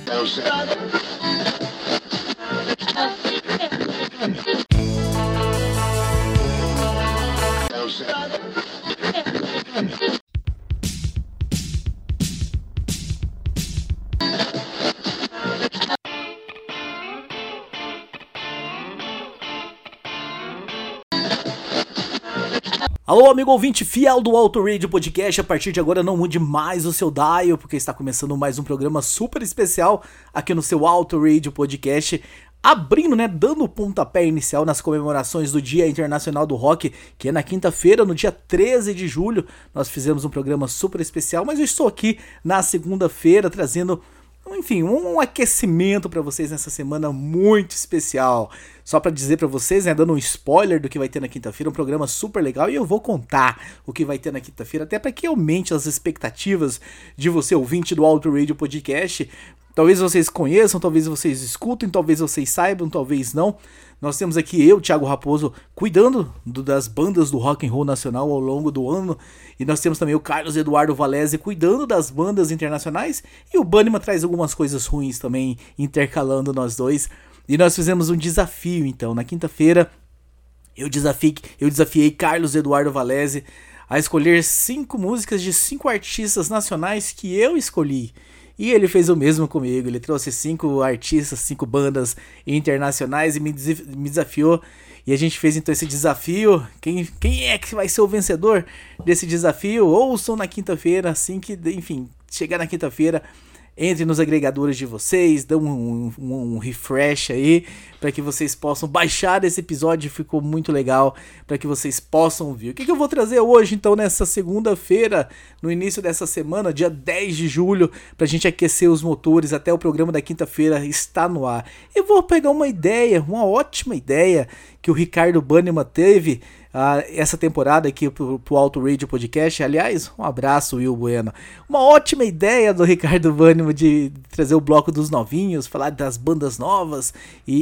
Alô, amigo ouvinte fiel do Auto Radio Podcast, a partir de agora não mude mais o seu dial, porque está começando mais um programa super especial aqui no seu Auto Radio Podcast, abrindo, dando o pontapé inicial nas comemorações do Dia Internacional do Rock, que é na quinta-feira, no dia 13 de julho, nós fizemos um programa super especial, mas eu estou aqui na segunda-feira trazendo, enfim, um aquecimento para vocês nessa semana muito especial. Só para dizer para vocês, dando um spoiler do que vai ter na quinta-feira, um programa super legal, e eu vou contar o que vai ter na quinta-feira, até para que aumente as expectativas de você, ouvinte do Auto Radio Podcast. Talvez vocês conheçam, talvez vocês escutem, talvez vocês saibam, talvez não. Nós temos aqui eu, Thiago Raposo, cuidando das bandas do rock and roll nacional ao longo do ano. E nós temos também o Carlos Eduardo Valese cuidando das bandas internacionais. E o Banima traz algumas coisas ruins também, intercalando nós dois. E nós fizemos um desafio, então. Na quinta-feira, eu desafiei Carlos Eduardo Valese a escolher 5 músicas de 5 artistas nacionais que eu escolhi. E ele fez o mesmo comigo, ele trouxe 5 artistas, 5 bandas internacionais e me desafiou. E a gente fez então esse desafio. Quem é que vai ser o vencedor desse desafio? Ouçam na quinta-feira, assim que, enfim, chegar na quinta-feira, entre nos agregadores de vocês, dão um refresh aí, para que vocês possam baixar esse episódio, ficou muito legal, para que vocês possam ouvir. O que eu vou trazer hoje, então, nessa segunda-feira, no início dessa semana, dia 10 de julho, pra gente aquecer os motores até o programa da quinta-feira estar no ar. Eu vou pegar uma ótima ideia, que o Ricardo Banima teve, essa temporada aqui pro Auto Radio Podcast. Aliás, um abraço, Will Bueno. Uma ótima ideia do Ricardo Banima de trazer o bloco dos novinhos, falar das bandas novas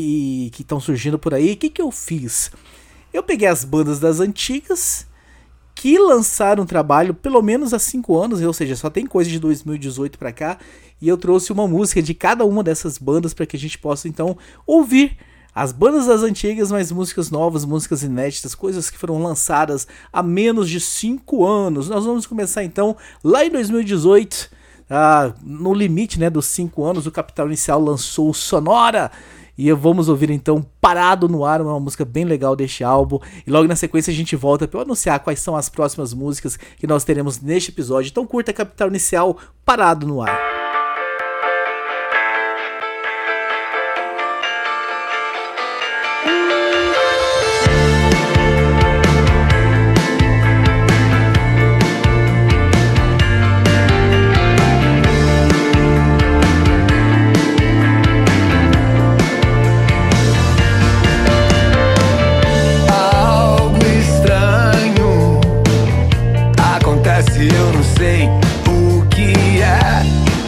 e que estão surgindo por aí. O que eu fiz? Eu peguei as bandas das antigas que lançaram trabalho pelo menos há 5 anos, ou seja, só tem coisa de 2018 pra cá, e eu trouxe uma música de cada uma dessas bandas para que a gente possa então ouvir as bandas das antigas, mas músicas novas, músicas inéditas, coisas que foram lançadas há menos de 5 anos. Nós vamos começar então lá em 2018, no limite dos 5 anos, o Capital Inicial lançou Sonora. E vamos ouvir então Parado no Ar, uma música bem legal deste álbum. E logo na sequência a gente volta para eu anunciar quais são as próximas músicas que nós teremos neste episódio. Então curta Capital Inicial, Parado no Ar. Eu não sei o que é.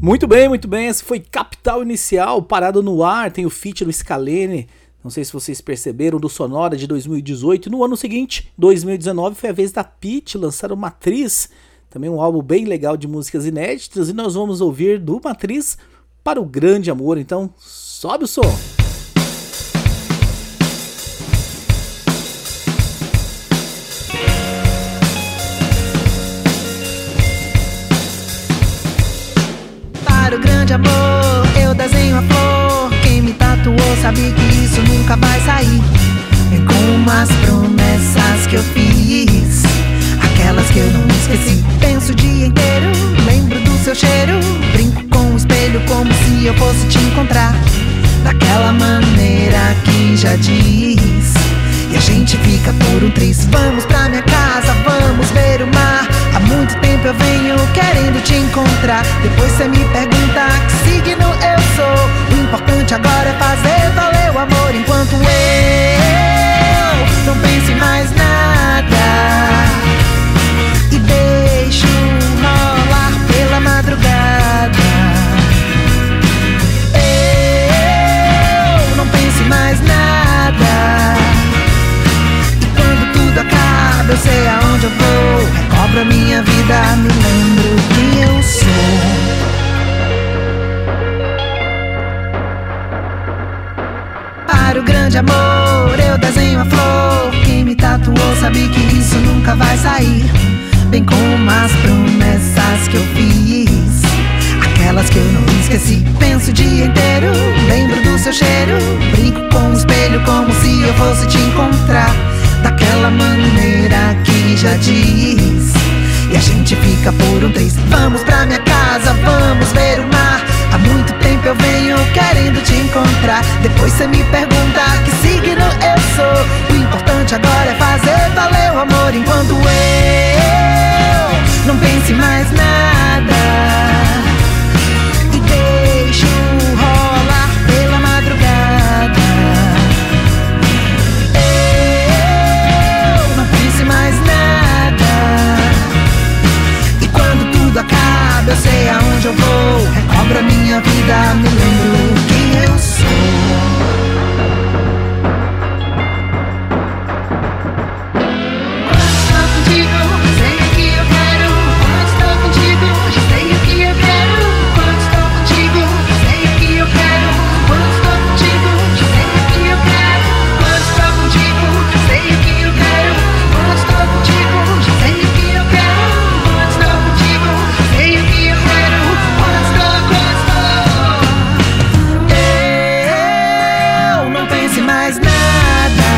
Muito bem, esse foi Capital Inicial, Parado no Ar, tem o feat do Scalene, não sei se vocês perceberam, do Sonora de 2018. No ano seguinte, 2019, foi a vez da Pitty lançar o Matriz, também um álbum bem legal de músicas inéditas, e nós vamos ouvir do Matriz Para o Grande Amor, então sobe o som. Para o grande amor, eu desenho a flor. Quem me tatuou sabe que isso nunca vai sair. Vem com umas promessas que eu fiz, aquelas que eu não esqueci. Penso o dia inteiro, lembro do seu cheiro. Brinco com o espelho como se eu fosse te encontrar, daquela maneira que já diz. E a gente fica por um triz. Vamos pra minha casa, vamos ver o mar. Há muito tempo eu venho querendo te encontrar. Depois cê me pergunta que signo eu sou. O importante agora é fazer valer o amor. Enquanto eu não penso em mais nada e deixo rolar pela madrugada. Eu não penso em mais nada. Eu sei aonde eu vou, recobro a minha vida, me lembro quem eu sou. Para o grande amor, eu desenho a flor. Quem me tatuou sabe que isso nunca vai sair. Bem com umas promessas que eu fiz, aquelas que eu não esqueci. Penso o dia inteiro, lembro do seu cheiro. Brinco com o espelho como se eu fosse te encontrar, daquela maneira que já diz. E a gente fica por um triz. Vamos pra minha casa, vamos ver o mar. Há muito tempo eu venho querendo te encontrar. Depois cê me pergunta que signo eu sou. O importante agora é fazer valer o amor. Enquanto eu não penso em mais nada e deixo rolar pela madrugada. Acaba, eu sei aonde eu vou, recobro a minha vida, me lembro quem eu sou. Quando estou contigo, sei o que eu quero. Quando estou contigo, já sei o que eu quero. Quando estou contigo, sei o que eu quero. Quando estou contigo, já sei o que eu quero. Quando estou contigo, sei o que eu quero. Quando estou contigo, já sei o que eu quero. Mais nada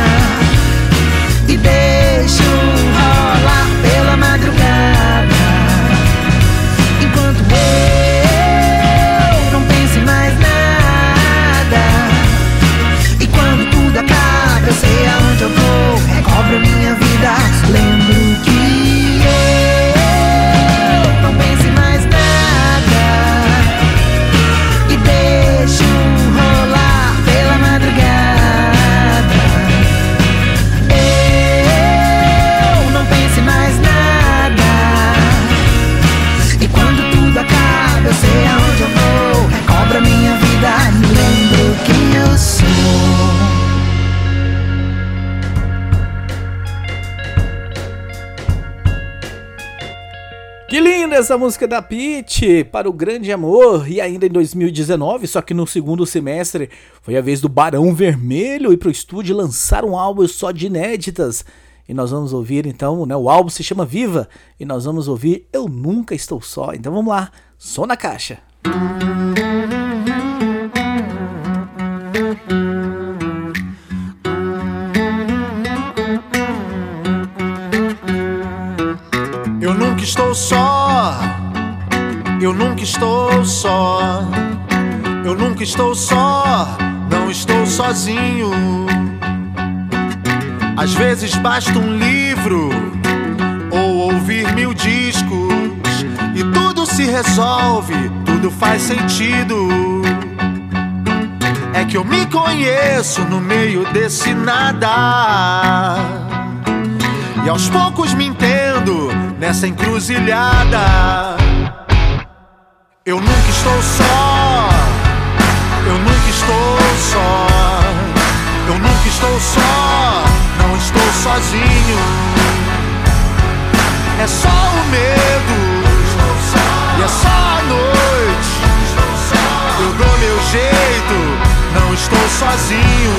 e deixo rolar pela madrugada. Enquanto eu não penso em mais nada. E quando tudo acaba, eu sei aonde eu vou, recobro a minha vida, lembro que eu não penso em mais nada e deixo rolar pela madrugada. Eu sei aonde eu vou, recobro a minha vida, me lembro quem eu sou. Que linda essa música da Pitty, Para o Grande Amor. E ainda em 2019, só que no segundo semestre, foi a vez do Barão Vermelho ir pro estúdio lançar um álbum só de inéditas. E nós vamos ouvir então, né, o álbum se chama Viva, e nós vamos ouvir Eu Nunca Estou Só. Então vamos lá, som na caixa. Eu nunca estou só, eu nunca estou só, eu nunca estou só, não estou sozinho. Às vezes basta um livro ou ouvir 1000 discos e tudo se resolve, tudo faz sentido. É que eu me conheço no meio desse nada e aos poucos me entendo nessa encruzilhada. Eu nunca estou só, eu nunca estou só, eu nunca estou só, não estou sozinho. É só o medo, e é só a noite. Eu dou meu jeito, não estou sozinho.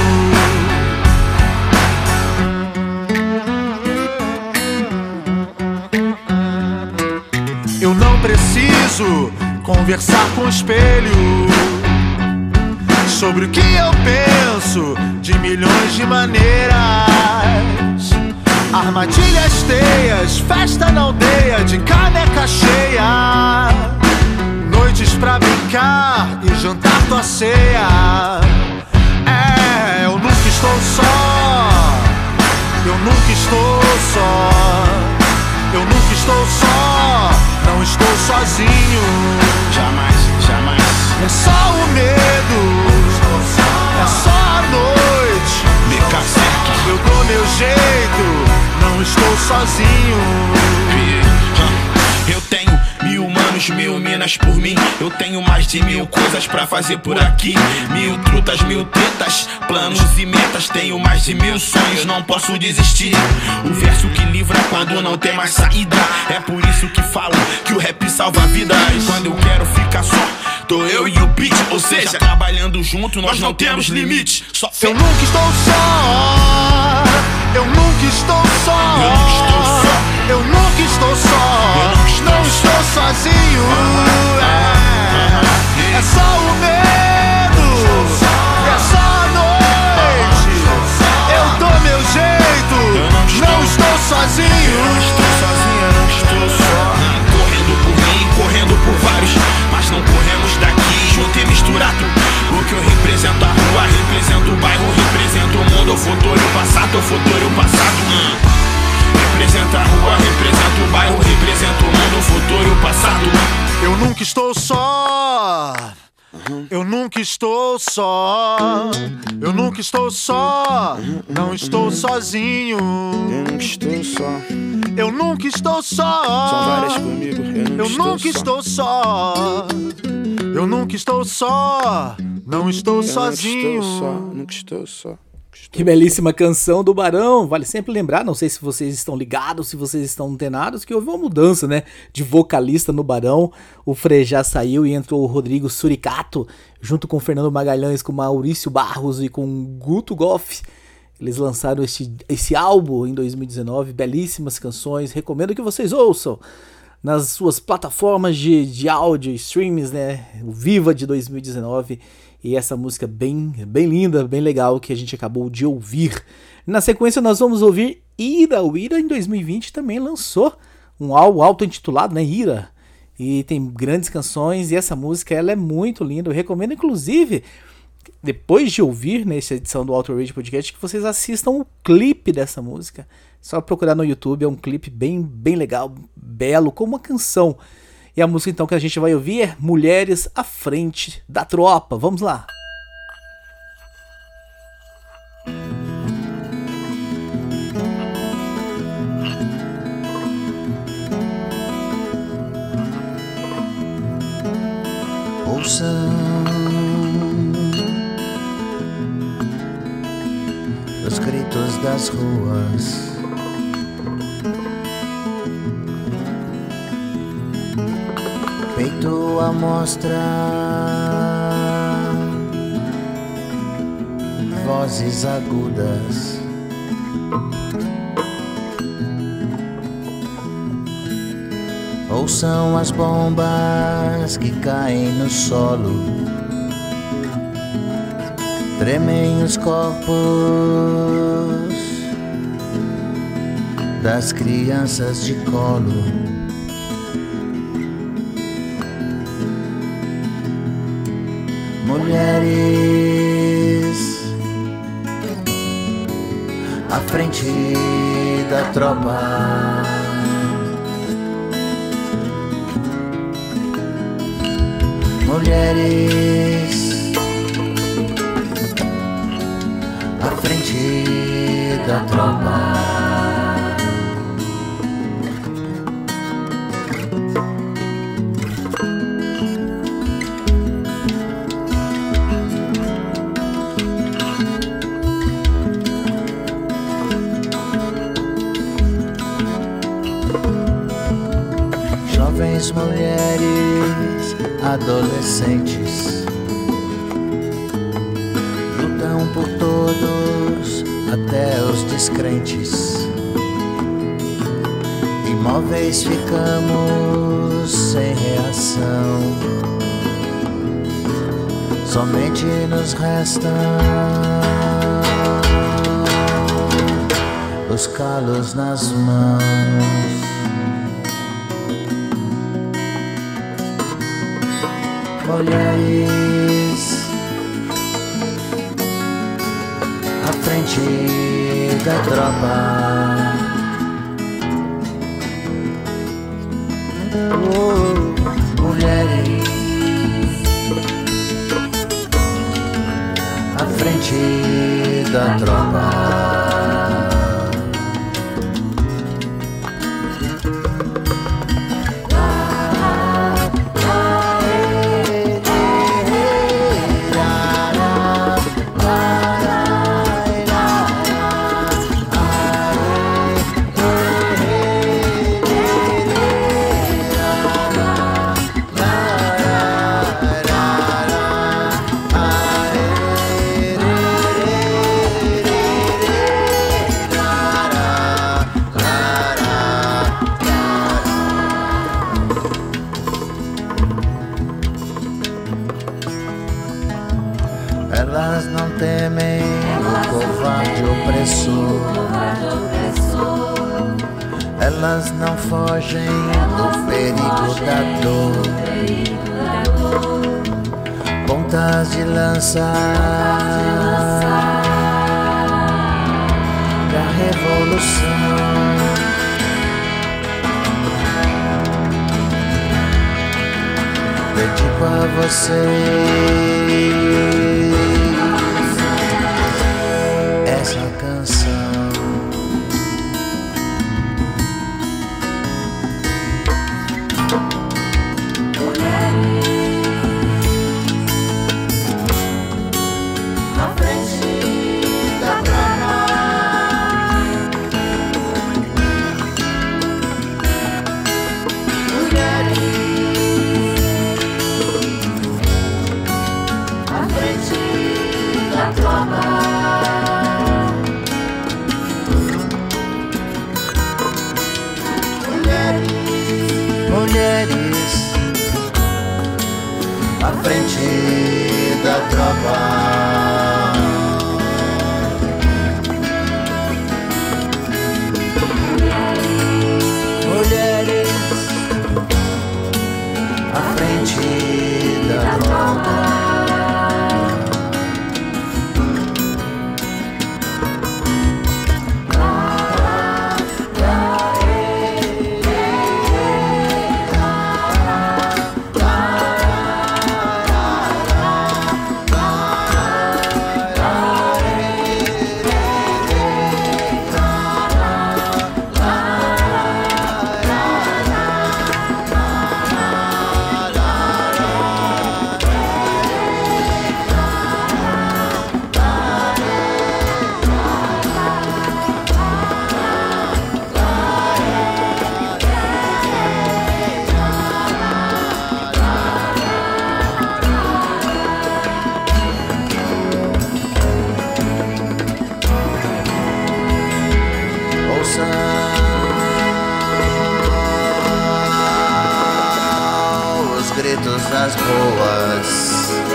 Eu não preciso conversar com o espelho sobre o que eu penso de milhões de maneiras. Armadilhas, teias, festa na aldeia de caneca cheia, noites pra brincar e jantar tua ceia. É, eu nunca estou só, eu nunca estou só, eu nunca estou só, não estou sozinho. Jamais, jamais. É só o medo, é só a noite. Eu dou meu jeito, não estou sozinho. Eu tenho 1000 manos, 1000 minas por mim. Eu tenho mais de 1000 coisas pra fazer por aqui. 1000 trutas, 1000 tetas, planos e metas. Tenho mais de 1000 sonhos, não posso desistir. O verso que livra quando não tem mais saída. É por isso que falo que o rap salva vidas. Quando eu quero ficar só, tô eu e o beat. Ou seja, trabalhando junto, nós não temos limite. Só eu nunca estou só, eu nunca estou só, eu nunca estou só, não estou sozinho. É só o medo, é só a noite. Eu dou meu jeito, não estou sozinho. Eu não estou sozinho, eu não estou só. Correndo por mim, correndo por vários, mas não corremos daqui junto e misturado. Porque eu represento a rua, represento o bairro, represento o mundo, o futuro e o passado, o futuro e o passado. Representa a rua, representa o bairro, representa o mundo, o futuro e o passado. Eu nunca estou só, eu nunca estou só, eu nunca estou só, não estou sozinho. Eu nunca estou só, eu nunca estou só. são várias comigo. Eu nunca estou só, eu nunca estou só, não estou sozinho. Nunca estou só. Que belíssima canção do Barão. Vale sempre lembrar, não sei se vocês estão ligados, se vocês estão antenados, que houve uma mudança, né, de vocalista no Barão. O Frejá saiu e entrou o Rodrigo Suricato, junto com o Fernando Magalhães, com Maurício Barros e com Guto Goff. Eles lançaram esse álbum em 2019, belíssimas canções, recomendo que vocês ouçam nas suas plataformas de áudio, streams, né, o Viva de 2019. E essa música bem linda, bem legal, que a gente acabou de ouvir. Na sequência nós vamos ouvir Ira. O Ira em 2020 também lançou um álbum auto-intitulado, né, Ira. E tem grandes canções e essa música ela é muito linda. Eu recomendo inclusive, depois de ouvir nessa edição do Auto Radio Podcast, que vocês assistam o clipe dessa música. Só procurar no YouTube, é um clipe bem legal, belo, como uma canção. E a música então que a gente vai ouvir é Mulheres à Frente da Tropa. Vamos lá. Ouçam os gritos das ruas, peito à mostra, vozes agudas, ouçam as bombas que caem no solo, tremem os corpos das crianças de colo. Mulheres à frente da tropa, mulheres à frente da tropa. jovens mulheres, adolescentes, lutam por todos, até os descrentes. Imóveis ficamos sem reação, somente nos restam os calos nas mãos. Mulheres à frente da tropa, mulheres à frente da tropa. Elas não temem o covarde opressor, elas não fogem do perigo da dor. Pontas de lança da revolução, dedico a você essa canção. À frente da tropa, mulheres à frente da tropa. Mulheres à frente da tropa. Mulheres à frente da tropa. Os gritos das ruas,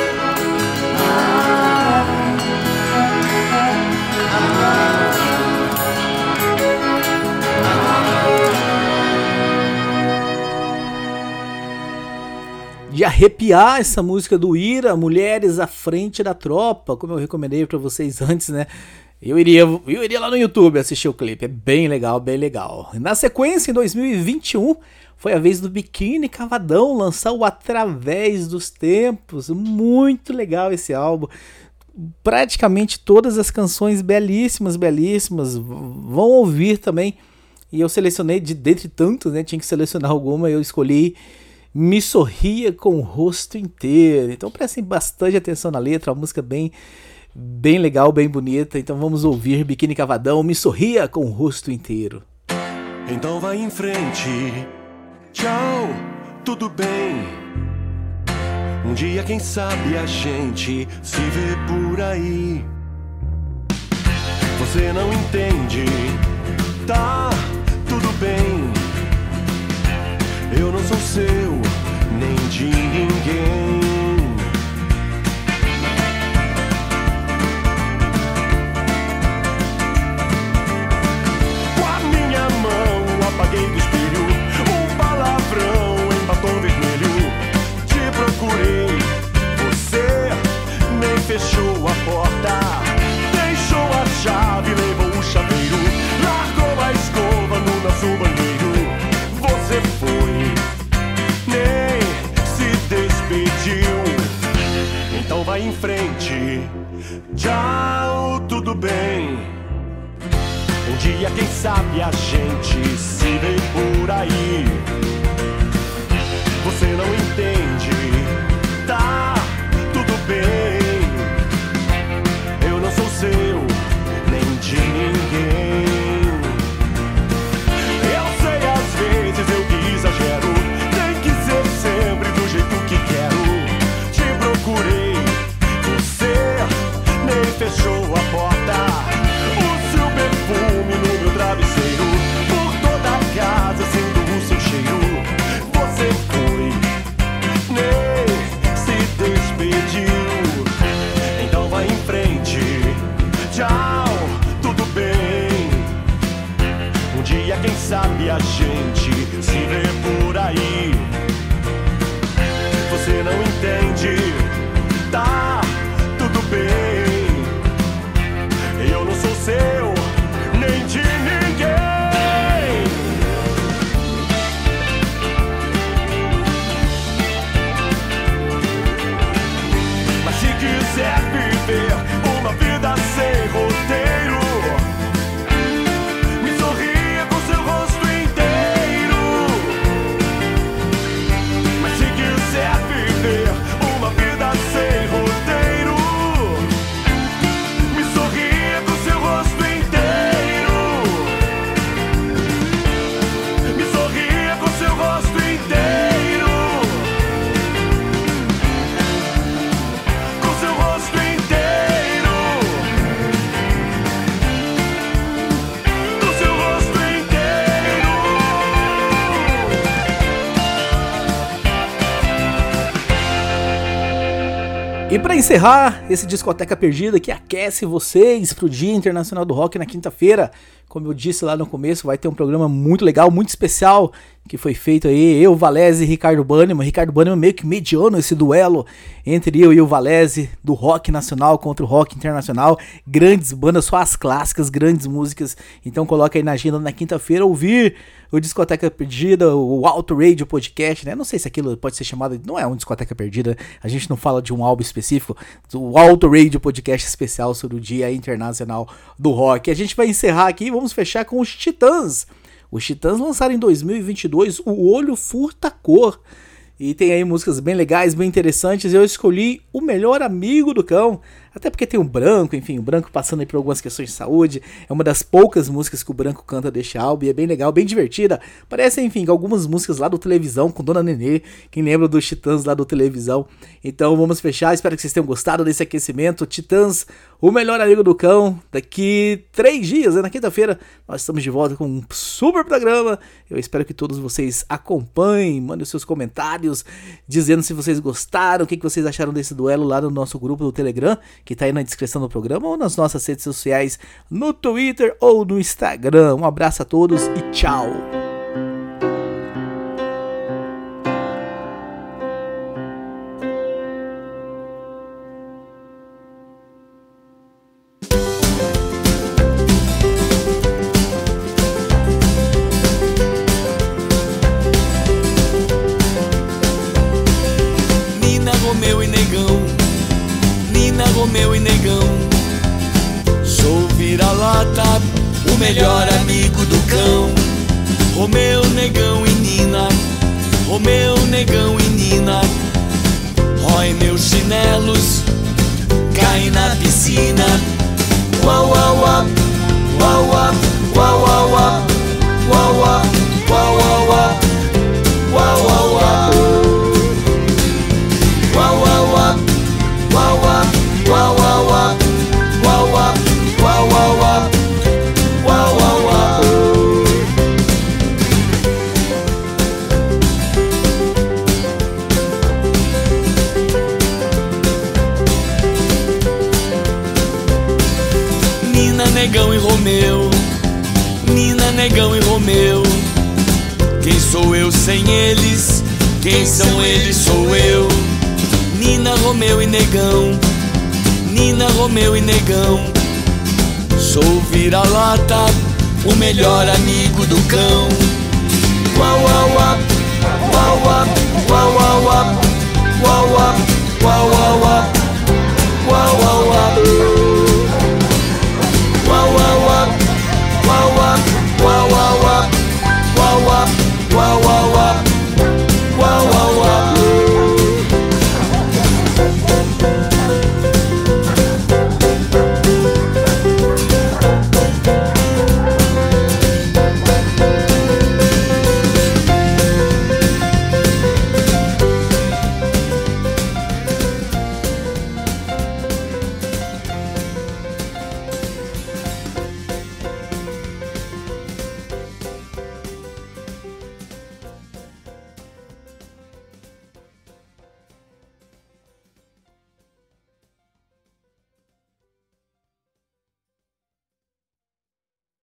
de arrepiar essa música do Ira, Mulheres à Frente da Tropa, como eu recomendei pra vocês antes, né? Eu iria lá no YouTube assistir o clipe, é bem legal, bem legal. Na sequência, em 2021, foi a vez do Biquíni Cavadão lançar o Através dos Tempos. Muito legal esse álbum. Praticamente todas as canções belíssimas, belíssimas. Vão ouvir também. E eu selecionei, dentre tantos, né? Tinha que selecionar alguma, eu escolhi Me Sorria com o Rosto Inteiro. Então prestem bastante atenção na letra, uma música bem legal, bem bonita. Então vamos ouvir Biquíni Cavadão, Me Sorria com o Rosto Inteiro. Então vai em frente, tchau, tudo bem. Um dia, quem sabe, a gente se vê por aí. Você não entende, tá tudo bem. Eu não sou seu, nem de ninguém. Com a minha mão apaguei do espelho um palavrão em batom vermelho. Te procurei, você nem fechou a porta. Deixou a chave, levou o chaveiro, largou a escova no nosso banheiro. Você foi, nem se despediu. Então vai em frente, tchau, tudo bem. Um dia, quem sabe, a gente se vê por aí. Você não entende, tá tudo bem. Eu não sou seu, nem de ninguém. Eu sei, às vezes eu que exagero, tem que ser sempre do jeito que quero. Te procurei, você nem fechou a porta. O seu perfume no meu travesseiro, por toda a casa sendo o seu cheiro. Você foi, nem se despediu. Então vai em frente, tchau, tudo bem. Um dia, quem sabe, a gente se vê por aí. Você não entende, tá tudo bem. Eu não sou seu, nem de ninguém. Mas se quiser viver uma vida sem roteiro, me sorria com seu rosto inteiro. Mas se quiser viver uma vida sem roteiro, me sorria com seu rosto inteiro. Me sorria com seu rosto inteiro. Com seu rosto inteiro. Com seu rosto inteiro. E pra encerrar esse Discoteca Perdida que aquece vocês pro Dia Internacional do Rock na quinta-feira, como eu disse lá no começo, vai ter um programa muito legal, muito especial, que foi feito aí, eu, Valese e Ricardo Bannerman. Ricardo Bannerman meio que mediando esse duelo entre eu e o Valese, do rock nacional contra o rock internacional. Grandes bandas, só as clássicas, grandes músicas. Então coloca aí na agenda na quinta-feira, ouvir o Discoteca Perdida, o Auto Radio Podcast, né? Não sei se aquilo pode ser chamado, não é um Discoteca Perdida, a gente não fala de um álbum específico, o Auto Radio Podcast especial sobre o Dia Internacional do Rock. A gente vai encerrar aqui, vamos fechar com os Titãs. Os Titãs lançaram em 2022 o Olho Furta Cor. E tem aí músicas bem legais, bem interessantes. Eu escolhi O Melhor Amigo do Cão. Até porque tem o Branco, enfim, o Branco passando aí por algumas questões de saúde. É uma das poucas músicas que o Branco canta deste álbum. E é bem legal, bem divertida. Parece, enfim, algumas músicas lá do Televisão com Dona Nenê. Quem lembra dos Titãs lá do Televisão. Então vamos fechar. Espero que vocês tenham gostado desse aquecimento. Titãs, O Melhor Amigo do Cão. Daqui 3 dias, né? Na quinta-feira, nós estamos de volta com um super programa. Eu espero que todos vocês acompanhem. Mandem os seus comentários dizendo se vocês gostaram, o que vocês acharam desse duelo lá no nosso grupo do Telegram, que tá aí na descrição do programa, ou nas nossas redes sociais, no Twitter ou no Instagram. Um abraço a todos e tchau! Romeu e Negão, Nina, Romeu e Negão. Sou vira-lata, o melhor amigo do cão. Negão e Romeu. Nina, Negão e Romeu. Quem sou eu sem eles? Quem são eles? Sou eu. Nina, Romeu e Negão. Nina, Romeu e Negão. Sou vira-lata, o melhor amigo do cão.